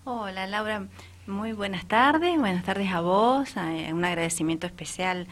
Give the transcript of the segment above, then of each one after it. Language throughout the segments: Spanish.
Hola Laura, muy buenas tardes a vos, un agradecimiento especial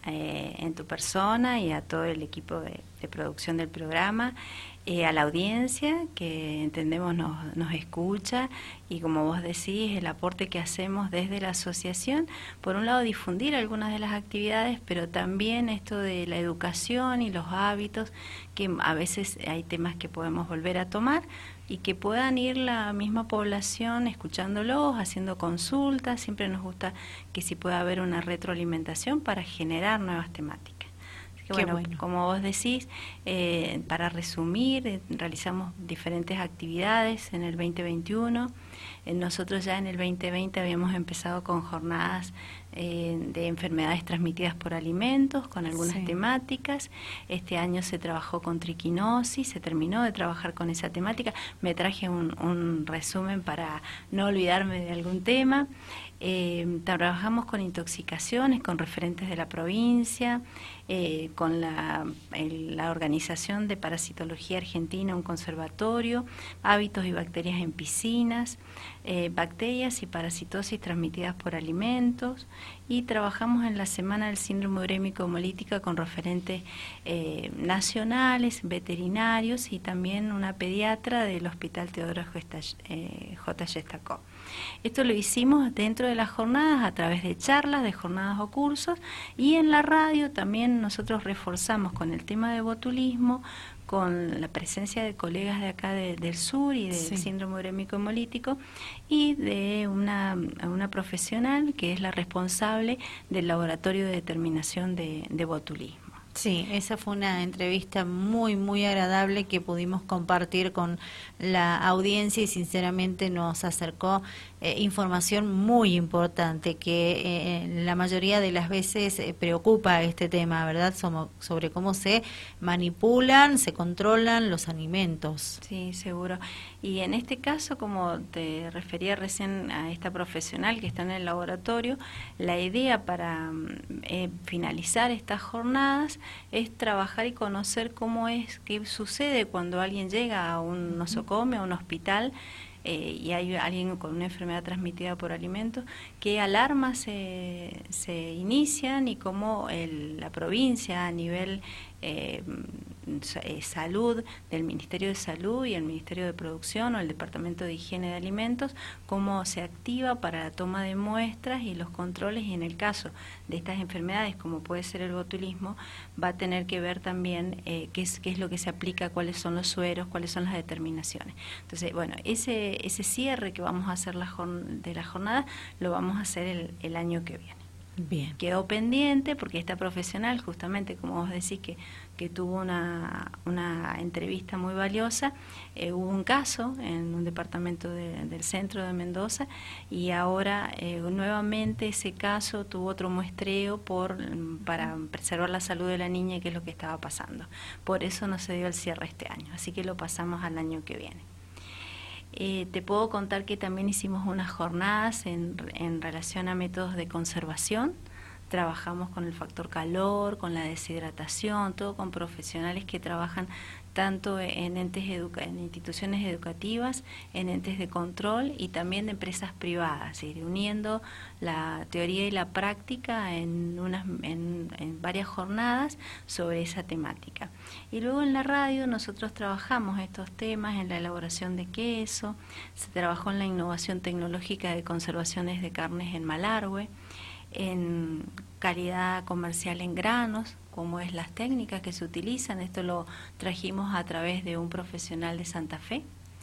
en tu persona y a todo el equipo de producción del programa, a la audiencia que entendemos nos escucha y como vos decís, el aporte que hacemos desde la asociación, por un lado difundir algunas de las actividades, pero también esto de la educación y los hábitos, que a veces hay temas que podemos volver a tomar, y que puedan ir la misma población escuchándolos, haciendo consultas. Siempre nos gusta que si pueda haber una retroalimentación para generar nuevas temáticas. Así que bueno, como vos decís, para resumir, realizamos diferentes actividades en el 2021. Nosotros ya en el 2020 habíamos empezado con jornadas de enfermedades transmitidas por alimentos, con algunas temáticas. Este año se trabajó con triquinosis, se terminó de trabajar con esa temática. Me traje un resumen para no olvidarme de algún tema. Trabajamos con intoxicaciones, con referentes de la provincia, con la Organización de Parasitología Argentina, un conservatorio, hábitos y bacterias en piscinas, bacterias y parasitosis transmitidas por alimentos, y trabajamos en la Semana del Síndrome Urémico Hemolítica con referentes nacionales, veterinarios y también una pediatra del Hospital Teodoro J. Yestakov. Esto lo hicimos dentro de las jornadas a través de charlas, de jornadas o cursos, y en la radio también nosotros reforzamos con el tema de botulismo, con la presencia de colegas de acá del sur y del síndrome urémico hemolítico, y de una profesional que es la responsable del laboratorio de determinación de botulismo. Sí, esa fue una entrevista muy agradable que pudimos compartir con la audiencia y sinceramente nos acercó información muy importante que la mayoría de las veces preocupa este tema, ¿verdad? Sobre cómo se manipulan, se controlan los alimentos. Sí, seguro. Y en este caso, como te refería recién a esta profesional que está en el laboratorio, la idea para finalizar estas jornadas es trabajar y conocer cómo es, qué sucede cuando alguien llega a un nosocomio, a un hospital, y hay alguien con una enfermedad transmitida por alimentos, qué alarmas se inician y cómo la provincia a nivel salud del Ministerio de Salud y el Ministerio de Producción o el Departamento de Higiene de Alimentos, cómo se activa para la toma de muestras y los controles, y en el caso de estas enfermedades como puede ser el botulismo va a tener que ver también qué es lo que se aplica, cuáles son los sueros, cuáles son las determinaciones. Entonces, bueno, ese cierre que vamos a hacer de la jornada lo vamos a hacer el año que viene. Bien. Quedó pendiente porque esta profesional, justamente como vos decís que tuvo una entrevista muy valiosa, hubo un caso en un departamento del centro de Mendoza, y ahora nuevamente ese caso tuvo otro muestreo para preservar la salud de la niña, que es lo que estaba pasando. Por eso no se dio el cierre este año, así que lo pasamos al año que viene. Te puedo contar que también hicimos unas jornadas en relación a métodos de conservación. Trabajamos con el factor calor, con la deshidratación, todo con profesionales que trabajan tanto en en instituciones educativas, en entes de control y también de empresas privadas, uniendo la teoría y la práctica en varias jornadas sobre esa temática. Y luego en la radio nosotros trabajamos estos temas en la elaboración de queso, se trabajó en la innovación tecnológica de conservaciones de carnes en Malargüe, en calidad comercial en granos, cómo es las técnicas que se utilizan. Esto lo trajimos a través de un profesional de Santa Fe,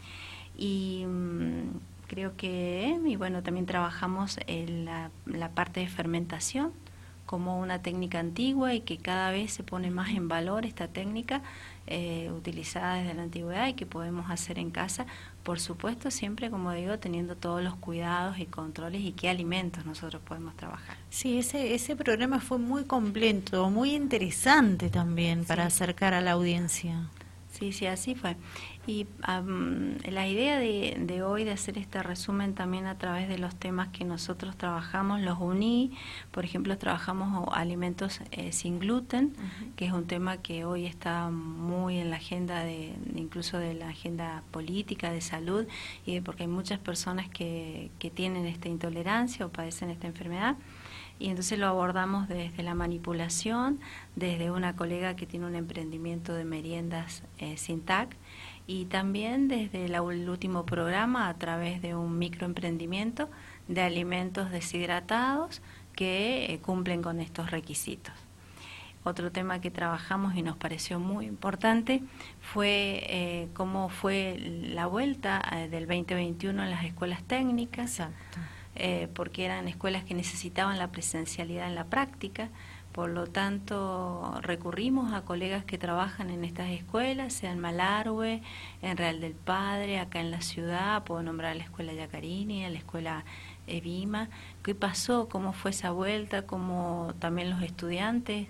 y creo que también trabajamos en la parte de fermentación como una técnica antigua y que cada vez se pone más en valor esta técnica utilizada desde la antigüedad y que podemos hacer en casa, por supuesto siempre, como digo, teniendo todos los cuidados y controles y qué alimentos nosotros podemos trabajar. Sí, ese programa fue muy completo, muy interesante también para acercar a la audiencia. Sí, sí, así fue. Y la idea de hoy de hacer este resumen también a través de los temas que nosotros trabajamos, los uní. Por ejemplo, trabajamos alimentos sin gluten, que es un tema que hoy está muy en la agenda incluso de la agenda política, de salud, y porque hay muchas personas que tienen esta intolerancia o padecen esta enfermedad. Y entonces lo abordamos desde la manipulación, desde una colega que tiene un emprendimiento de meriendas sin TAC, y también desde el último programa a través de un microemprendimiento de alimentos deshidratados que cumplen con estos requisitos. Otro tema que trabajamos y nos pareció muy importante fue cómo fue la vuelta del 2021 en las escuelas técnicas. Exacto. Porque eran escuelas que necesitaban la presencialidad en la práctica, por lo tanto recurrimos a colegas que trabajan en estas escuelas, sea en Malargüe, en Real del Padre, acá en la ciudad, puedo nombrar la escuela Yacarini, la escuela Evima. ¿Qué pasó? ¿Cómo fue esa vuelta? ¿Cómo también los estudiantes?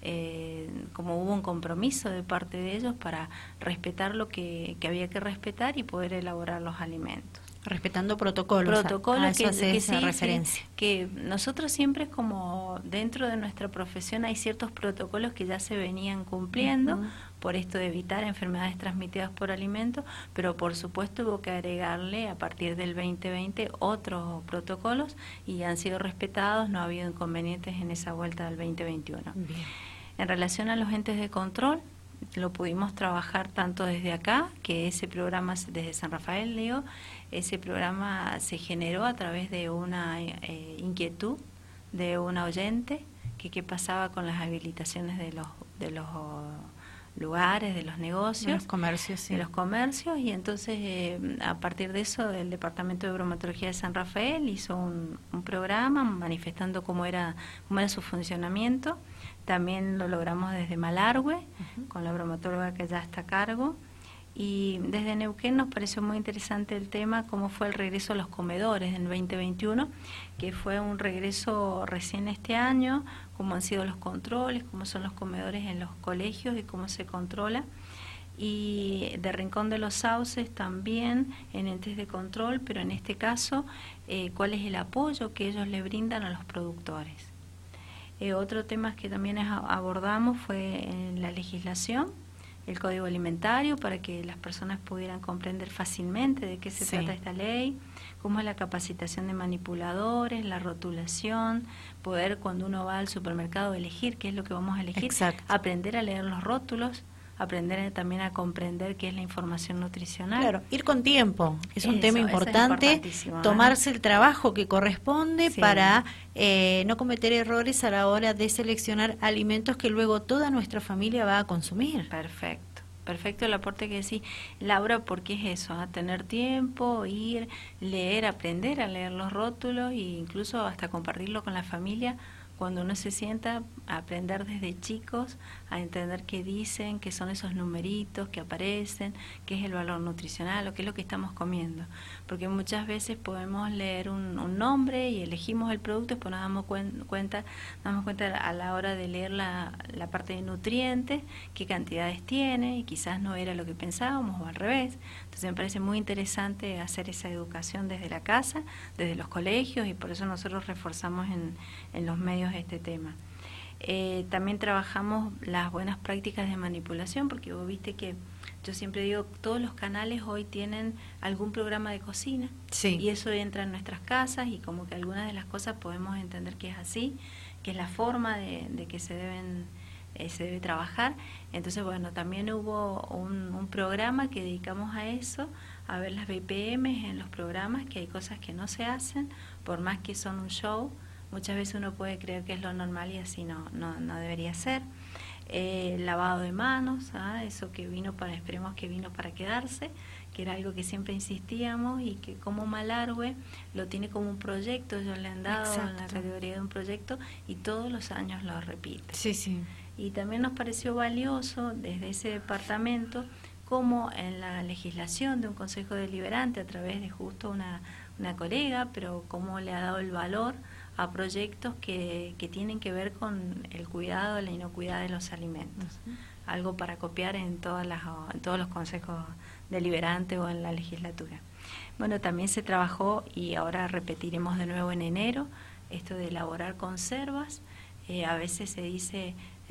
Cómo hubo un compromiso de parte de ellos para respetar lo que había que respetar y poder elaborar los alimentos. Respetando protocolos, a eso hace esa referencia. Sí, que nosotros siempre, como dentro de nuestra profesión, hay ciertos protocolos que ya se venían cumpliendo, por esto de evitar enfermedades transmitidas por alimentos, pero por supuesto hubo que agregarle a partir del 2020 otros protocolos y han sido respetados, no ha habido inconvenientes en esa vuelta del 2021. Bien. En relación a los entes de control, lo pudimos trabajar tanto desde acá, que ese programa desde San Rafael, Leo, ese programa se generó a través de una inquietud de una oyente, que qué pasaba con las habilitaciones de los lugares, de los negocios, de los comercios, sí. De los comercios, y entonces a partir de eso el Departamento de Bromatología de San Rafael hizo un programa manifestando cómo era su funcionamiento. También lo logramos desde Malargüe, con la bromatóloga que ya está a cargo. Y desde Neuquén nos pareció muy interesante el tema, cómo fue el regreso a los comedores en 2021, que fue un regreso recién este año, cómo han sido los controles, cómo son los comedores en los colegios y cómo se controla. Y de Rincón de los Sauces también en entes de control, pero en este caso, cuál es el apoyo que ellos le brindan a los productores. Otro tema que también abordamos fue la legislación, el Código Alimentario, para que las personas pudieran comprender fácilmente de qué se trata esta ley, cómo es la capacitación de manipuladores, la rotulación, poder cuando uno va al supermercado elegir qué es lo que vamos a elegir, Exacto. Aprender a leer los rótulos, aprender también a comprender qué es la información nutricional. Claro, ir con tiempo, es un tema importante, tomarse el trabajo que corresponde para no cometer errores a la hora de seleccionar alimentos que luego toda nuestra familia va a consumir. Perfecto el aporte que decís, Laura, porque es eso, tener tiempo, ir, leer, aprender a leer los rótulos e incluso hasta compartirlo con la familia. Cuando uno se sienta a aprender desde chicos, a entender qué dicen, qué son esos numeritos que aparecen, qué es el valor nutricional o qué es lo que estamos comiendo. Porque muchas veces podemos leer un nombre y elegimos el producto, después nos damos cuenta a la hora de leer la parte de nutrientes, qué cantidades tiene y quizás no era lo que pensábamos o al revés. Entonces me parece muy interesante hacer esa educación desde la casa, desde los colegios, y por eso nosotros reforzamos en los medios este tema. También trabajamos las buenas prácticas de manipulación, porque vos viste que yo siempre digo, todos los canales hoy tienen algún programa de cocina, y eso entra en nuestras casas, y como que algunas de las cosas podemos entender que es así, que es la forma de que se debe trabajar. Entonces, bueno, también hubo un programa que dedicamos a eso, a ver las BPM en los programas, que hay cosas que no se hacen, por más que son un show. Muchas veces uno puede creer que es lo normal y así no debería ser. Lavado de manos, eso que esperemos que vino para quedarse, que era algo que siempre insistíamos y que como Malargüe lo tiene como un proyecto, ellos le han dado en la categoría de un proyecto y todos los años lo repite. Y también nos pareció valioso desde ese departamento como en la legislación de un consejo deliberante a través de justo una colega, pero cómo le ha dado el valor a proyectos que tienen que ver con el cuidado, la inocuidad de los alimentos. algo para copiar en en todos los consejos deliberantes o en la legislatura. Bueno, también se trabajó, y ahora repetiremos de nuevo en enero, esto de elaborar conservas. A veces se dice,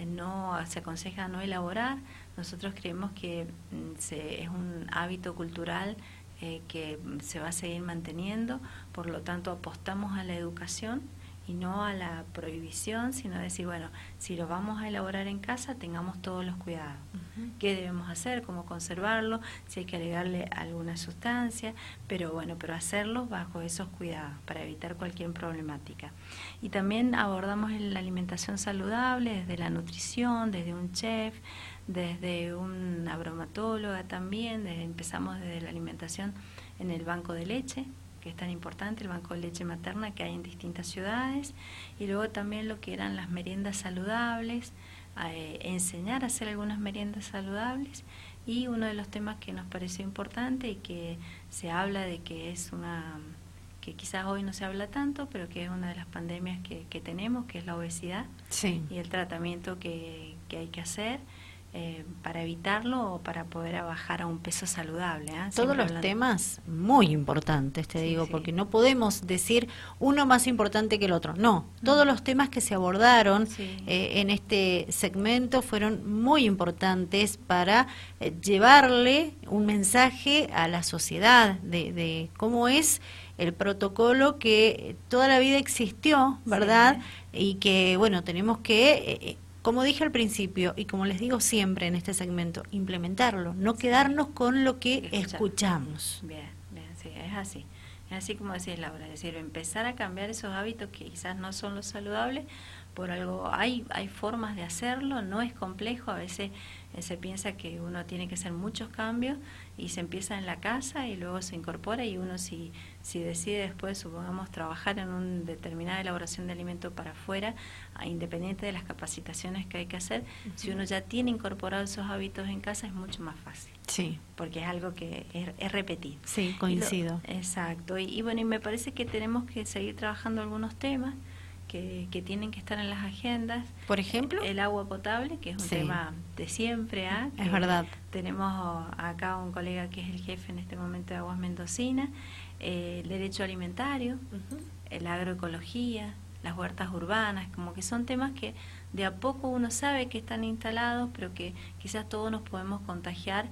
se aconseja no elaborar. Nosotros creemos que es un hábito cultural que se va a seguir manteniendo, por lo tanto apostamos a la educación y no a la prohibición, sino decir, bueno, si lo vamos a elaborar en casa, tengamos todos los cuidados. ¿Qué debemos hacer? ¿Cómo conservarlo? Si hay que agregarle alguna sustancia, pero hacerlo bajo esos cuidados para evitar cualquier problemática. Y también abordamos la alimentación saludable desde la nutrición, desde un chef, desde una bromatóloga también. Empezamos desde la alimentación en el banco de leche, que es tan importante, el banco de leche materna que hay en distintas ciudades, y luego también lo que eran las meriendas saludables, enseñar a hacer algunas meriendas saludables. Y uno de los temas que nos pareció importante y que se habla de que que quizás hoy no se habla tanto, pero que es una de las pandemias que tenemos, que es la obesidad, sí, y el tratamiento que hay que hacer para evitarlo o para poder bajar a un peso saludable. Todos los temas muy importantes, te digo, porque no podemos decir uno más importante que el otro. No, todos los temas que se abordaron en este segmento fueron muy importantes para llevarle un mensaje a la sociedad de cómo es el protocolo que toda la vida existió, ¿verdad? Y que, tenemos que... como dije al principio, y como les digo siempre en este segmento, implementarlo, no quedarnos con lo que escuchamos. Bien, sí, es así. Es así como decía Laura, es decir, empezar a cambiar esos hábitos que quizás no son los saludables, por algo hay formas de hacerlo, no es complejo. A veces se piensa que uno tiene que hacer muchos cambios y se empieza en la casa y luego se incorpora, y uno si decide después, supongamos, trabajar en una determinada elaboración de alimento para afuera, independiente de las capacitaciones que hay que hacer, si uno ya tiene incorporados esos hábitos en casa es mucho más fácil. Sí. Porque es algo que es repetido. Sí, coincido. Exacto. Y me parece que tenemos que seguir trabajando algunos temas que tienen que estar en las agendas. Por ejemplo, el agua potable, que es un tema de siempre. Es verdad. Tenemos acá un colega que es el jefe en este momento de Aguas Mendocinas, el derecho alimentario, la agroecología, las huertas urbanas, como que son temas que de a poco uno sabe que están instalados, pero que quizás todos nos podemos contagiar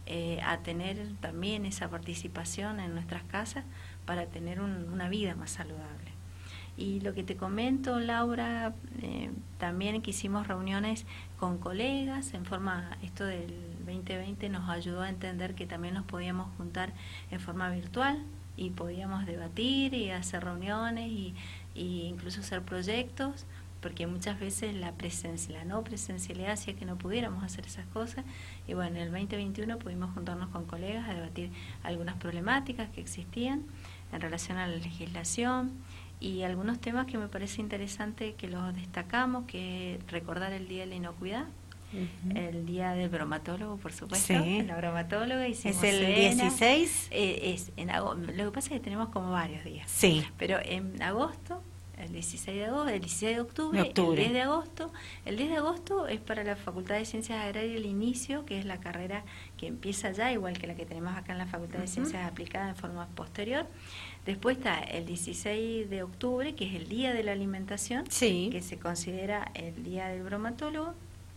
a tener también esa participación en nuestras casas para tener una vida más saludable. Y lo que te comento, Laura, también que hicimos reuniones con colegas en forma, esto del 2020 nos ayudó a entender que también nos podíamos juntar en forma virtual y podíamos debatir y hacer reuniones y incluso hacer proyectos, porque muchas veces la no presencialidad hacía que no pudiéramos hacer esas cosas. Y en el 2021 pudimos juntarnos con colegas a debatir algunas problemáticas que existían en relación a la legislación, y algunos temas que me parece interesante que los destacamos, que es recordar el Día de la Inocuidad, el Día del Bromatólogo, por supuesto, la bromatóloga. ¿Es el 16? Lo que pasa es que tenemos como varios días. Sí. Pero en agosto, el 16 de agosto, el 16 de octubre, el 10 de agosto. El 10 de agosto es para la Facultad de Ciencias Agrarias el inicio, que es la carrera que empieza ya, igual que la que tenemos acá en la Facultad de Ciencias Aplicadas en forma posterior. Después está el 16 de octubre, que es el Día de la Alimentación, que se considera el Día del Bromatólogo.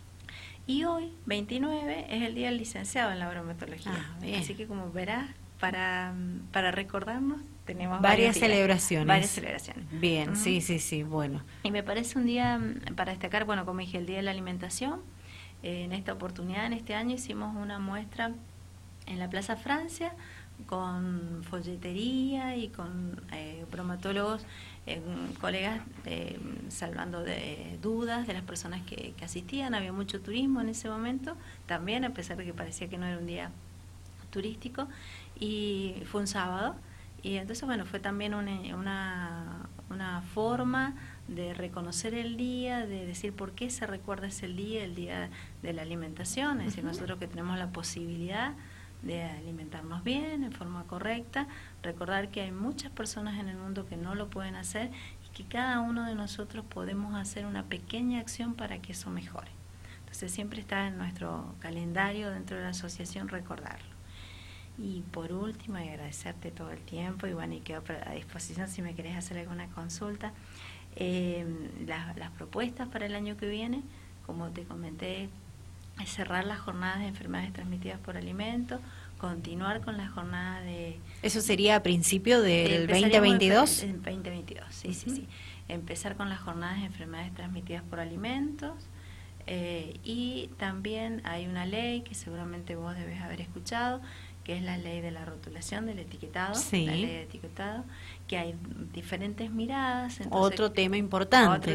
Y hoy, 29, es el Día del Licenciado en la Bromatología. Así que, como verás, para recordarnos, tenemos varias celebraciones. Varias celebraciones. Bien, sí, bueno. Y me parece un día para destacar, como dije, el Día de la Alimentación. En esta oportunidad, en este año, hicimos una muestra en la Plaza Francia, con folletería y con bromatólogos, colegas, salvando de dudas de las personas que asistían. Había mucho turismo en ese momento también, a pesar de que parecía que no era un día turístico, y fue un sábado, y entonces fue también una forma de reconocer el día, de decir por qué se recuerda el día de la alimentación. Es decir, nosotros que tenemos la posibilidad de alimentarnos bien, en forma correcta, recordar que hay muchas personas en el mundo que no lo pueden hacer, y que cada uno de nosotros podemos hacer una pequeña acción para que eso mejore. Entonces siempre está en nuestro calendario dentro de la asociación recordarlo. Y por último, agradecerte todo el tiempo y bueno, y quedo a disposición si me querés hacer alguna consulta. Las propuestas para el año que viene, como te comenté, es cerrar las jornadas de enfermedades transmitidas por alimentos, continuar con las jornadas de... ¿Eso sería a principio del 2022? En 2022, sí, sí. Empezar con las jornadas de enfermedades transmitidas por alimentos. Y también hay una ley que seguramente vos debes haber escuchado, que es la ley de la rotulación del etiquetado, sí. La ley de etiquetado, que hay diferentes miradas. Entonces, otro tema importante.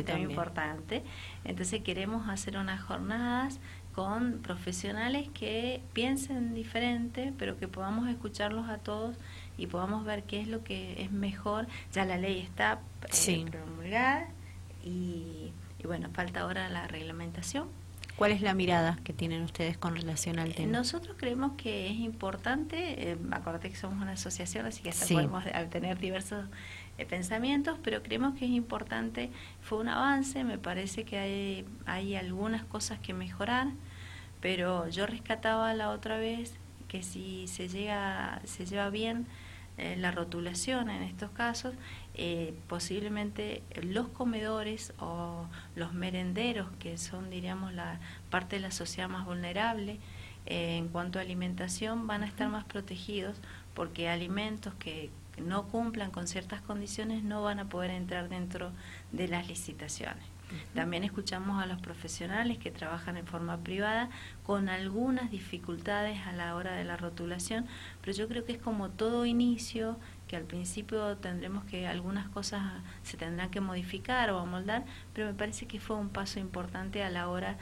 Entonces queremos hacer unas jornadas con profesionales que piensen diferente, pero que podamos escucharlos a todos y podamos ver qué es lo que es mejor. Ya la ley está promulgada y bueno, falta ahora la reglamentación. ¿Cuál es la mirada que tienen ustedes con relación al tema? Nosotros creemos que es importante, acordate que somos una asociación, así que hasta podemos tener diversos pensamientos, pero creemos que es importante, fue un avance, me parece que hay algunas cosas que mejorar, pero yo rescataba la otra vez que si se lleva bien la rotulación en estos casos, posiblemente los comedores o los merenderos, que son, diríamos, la parte de la sociedad más vulnerable en cuanto a alimentación, van a estar más protegidos, porque alimentos que no cumplan con ciertas condiciones no van a poder entrar dentro de las licitaciones. También escuchamos a los profesionales que trabajan en forma privada con algunas dificultades a la hora de la rotulación, pero yo creo que es como todo inicio, que al principio tendremos que algunas cosas se tendrán que modificar o amoldar, pero me parece que fue un paso importante a la hora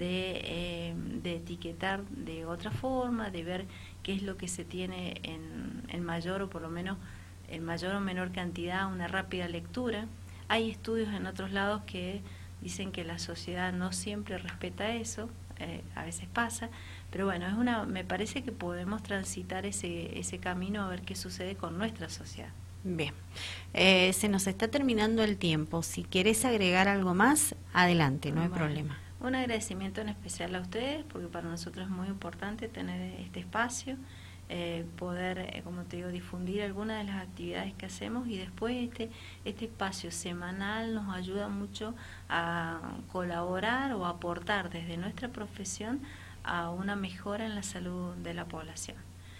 de etiquetar de otra forma, de ver qué es lo que se tiene en mayor o por lo menos en mayor o menor cantidad, una rápida lectura. Hay estudios en otros lados que dicen que la sociedad no siempre respeta eso, a veces pasa, pero bueno, me parece que podemos transitar ese camino a ver qué sucede con nuestra sociedad. Bien, se nos está terminando el tiempo. Si querés agregar algo más, adelante, no hay problema. Un agradecimiento en especial a ustedes, porque para nosotros es muy importante tener este espacio, poder, como te digo, difundir algunas de las actividades que hacemos, y después este espacio semanal nos ayuda mucho a colaborar o aportar desde nuestra profesión a una mejora en la salud de la población.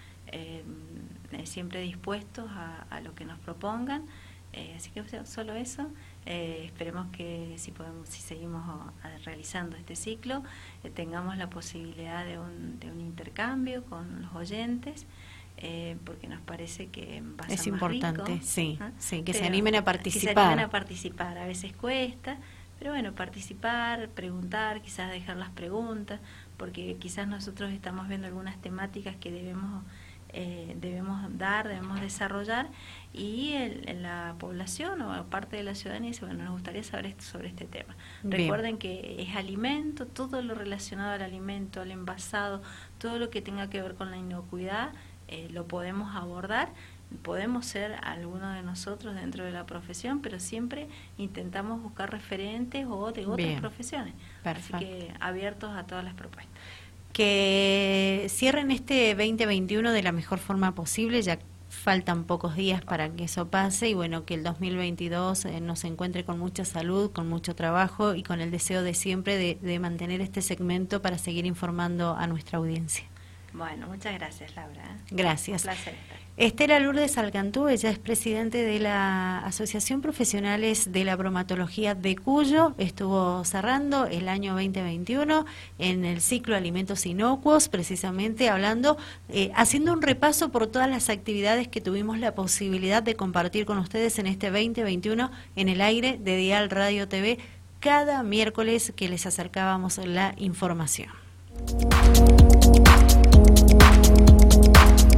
Siempre dispuestos a lo que nos propongan, así que solo eso. Esperemos que si seguimos realizando este ciclo, tengamos la posibilidad de un intercambio con los oyentes, porque nos parece que va a ser es importante, más rico, sí, que pero se animen a participar. Que se animen a participar, a veces cuesta, pero bueno, participar, preguntar, quizás dejar las preguntas, porque quizás nosotros estamos viendo algunas temáticas que debemos desarrollar, y la población o parte de la ciudadanía dice, bueno, nos gustaría saber esto sobre este tema. Bien. Recuerden que es alimento, todo lo relacionado al alimento, al envasado, todo lo que tenga que ver con la inocuidad, lo podemos abordar. Podemos ser algunos de nosotros dentro de la profesión, pero siempre intentamos buscar referentes o de otras profesiones. Perfecto. Así que abiertos a todas las propuestas. Que cierren este 2021 de la mejor forma posible, ya faltan pocos días para que eso pase, y bueno, que el 2022 nos encuentre con mucha salud, con mucho trabajo y con el deseo de siempre de mantener este segmento para seguir informando a nuestra audiencia. Bueno, muchas gracias, Laura. Gracias. Un placer estar. Estela Lourdes Alcantú, ella es presidente de la Asociación Profesionales de la Bromatología de Cuyo. Estuvo cerrando el año 2021 en el ciclo Alimentos Inocuos, precisamente hablando, haciendo un repaso por todas las actividades que tuvimos la posibilidad de compartir con ustedes en este 2021 en el aire de Dial Radio TV, cada miércoles que les acercábamos la información.